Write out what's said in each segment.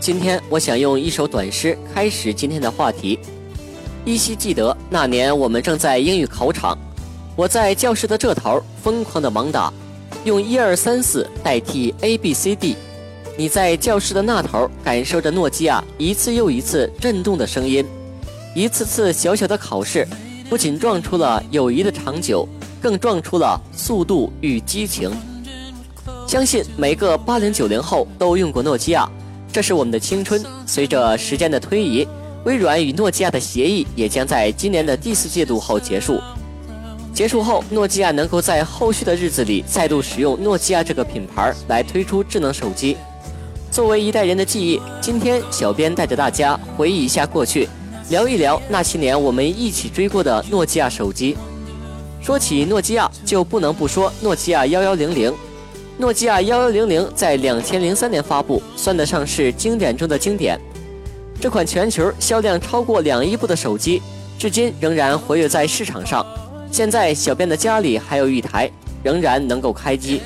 今天我想用一首短诗开始今天的话题。依稀记得那年我们正在英语考场，我在教室的这头疯狂的盲打，用1234代替 ABCD。你在教室的那头感受着诺基亚一次又一次震动的声音，一次次小小的考试不仅撞出了友谊的长久，更撞出了速度与激情。相信每个80、90后都用过诺基亚，这是我们的青春。随着时间的推移，微软与诺基亚的协议也将在今年的第4季度后结束。结束后，诺基亚能够在后续的日子里再度使用诺基亚这个品牌来推出智能手机。作为一代人的记忆，今天小编带着大家回忆一下过去，聊一聊那些年我们一起追过的诺基亚手机。说起诺基亚，就不能不说诺基亚1100。诺基亚1100在2003年发布，算得上是经典中的经典。这款全球销量超过2亿部的手机，至今仍然活跃在市场上。现在小编的家里还有一台，仍然能够开机。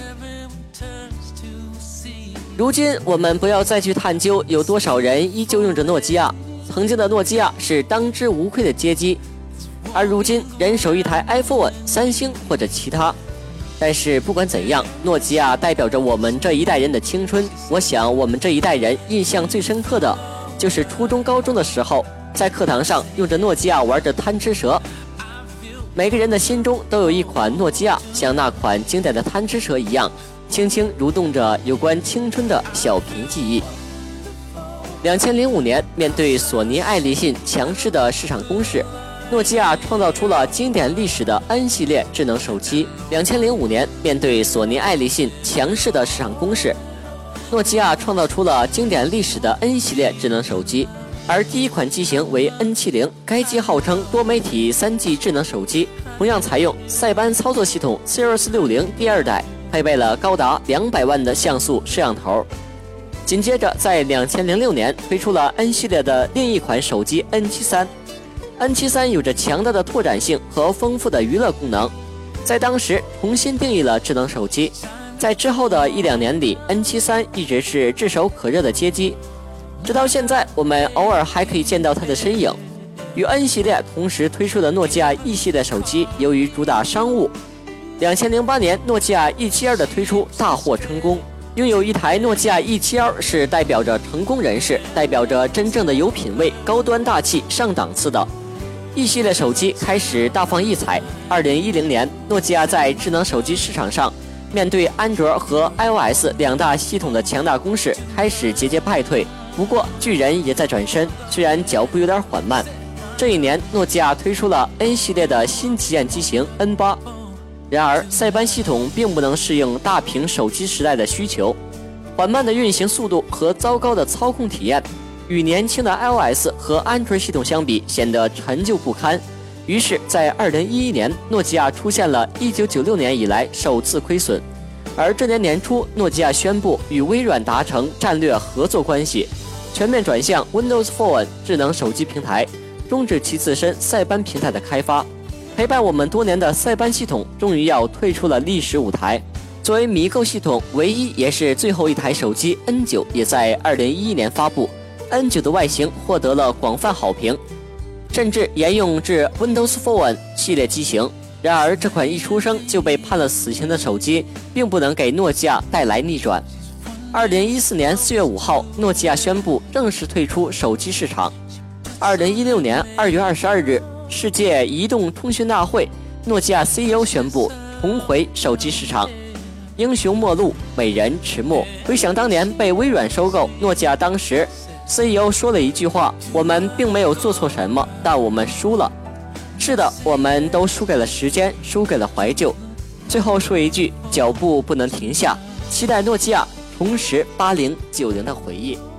如今我们不要再去探究有多少人依旧用着诺基亚，曾经的诺基亚是当之无愧的街机，而如今人手一台 iPhone、三星或者其他。但是不管怎样，诺基亚代表着我们这一代人的青春。我想我们这一代人印象最深刻的就是初中高中的时候，在课堂上用着诺基亚玩着贪吃蛇。每个人的心中都有一款诺基亚，像那款经典的贪吃蛇一样，轻轻蠕动着有关青春的小屏记忆。2005年，面对索尼爱立信强势的市场攻势，诺基亚创造出了经典历史的 N 系列智能手机。2005年，面对索尼爱立信强势的市场攻势，诺基亚创造出了经典历史的 N 系列智能手机。而第一款机型为 N70， 该机号称多媒体3G 智能手机，同样采用塞班操作系统 Cirrus 60第2代，配备了高达200万的像素摄像头。紧接着在2006年推出了 N 系列的另一款手机 N73。N73 有着强大的拓展性和丰富的娱乐功能，在当时重新定义了智能手机。在之后的1-2年里， N73 一直是炙手可热的街机，直到现在我们偶尔还可以见到它的身影。与 N 系列同时推出的诺基亚 E 系列手机，由于主打商务，2008年诺基亚 E72 的推出大获成功。拥有一台诺基亚 E72 是代表着成功人士，代表着真正的有品位、高端大气、上档次的。E 系列手机开始大放异彩。2010年，诺基亚在智能手机市场上，面对安卓和 iOS 2大系统的强大攻势，开始节节败退。不过巨人也在转身，虽然脚步有点缓慢。这一年，诺基亚推出了 N 系列的新旗舰机型 N8。然而，塞班系统并不能适应大屏手机时代的需求，缓慢的运行速度和糟糕的操控体验，与年轻的 iOS 和安卓系统相比，显得陈旧不堪。于是，在2011年，诺基亚出现了1996年以来首次亏损。而这年年初，诺基亚宣布与微软达成战略合作关系，全面转向 Windows Phone 智能手机平台，终止其自身塞班平台的开发。陪伴我们多年的塞班系统终于要退出了历史舞台。作为米购系统唯一也是最后一台手机 N9 也在2011年发布。N9 的外形获得了广泛好评，甚至沿用至 Windows Phone 系列机型。然而这款一出生就被判了死刑的手机并不能给诺基亚带来逆转。2014年4月5号，诺基亚宣布正式退出手机市场。2016年2月22日，世界移动通讯大会，诺基亚 CEO 宣布重回手机市场。英雄末路，美人迟暮。回想当年被微软收购，诺基亚当时 CEO 说了一句话：我们并没有做错什么，但我们输了。是的，我们都输给了时间，输给了怀旧。最后说一句，脚步不能停下，期待诺基亚重拾80、90的回忆。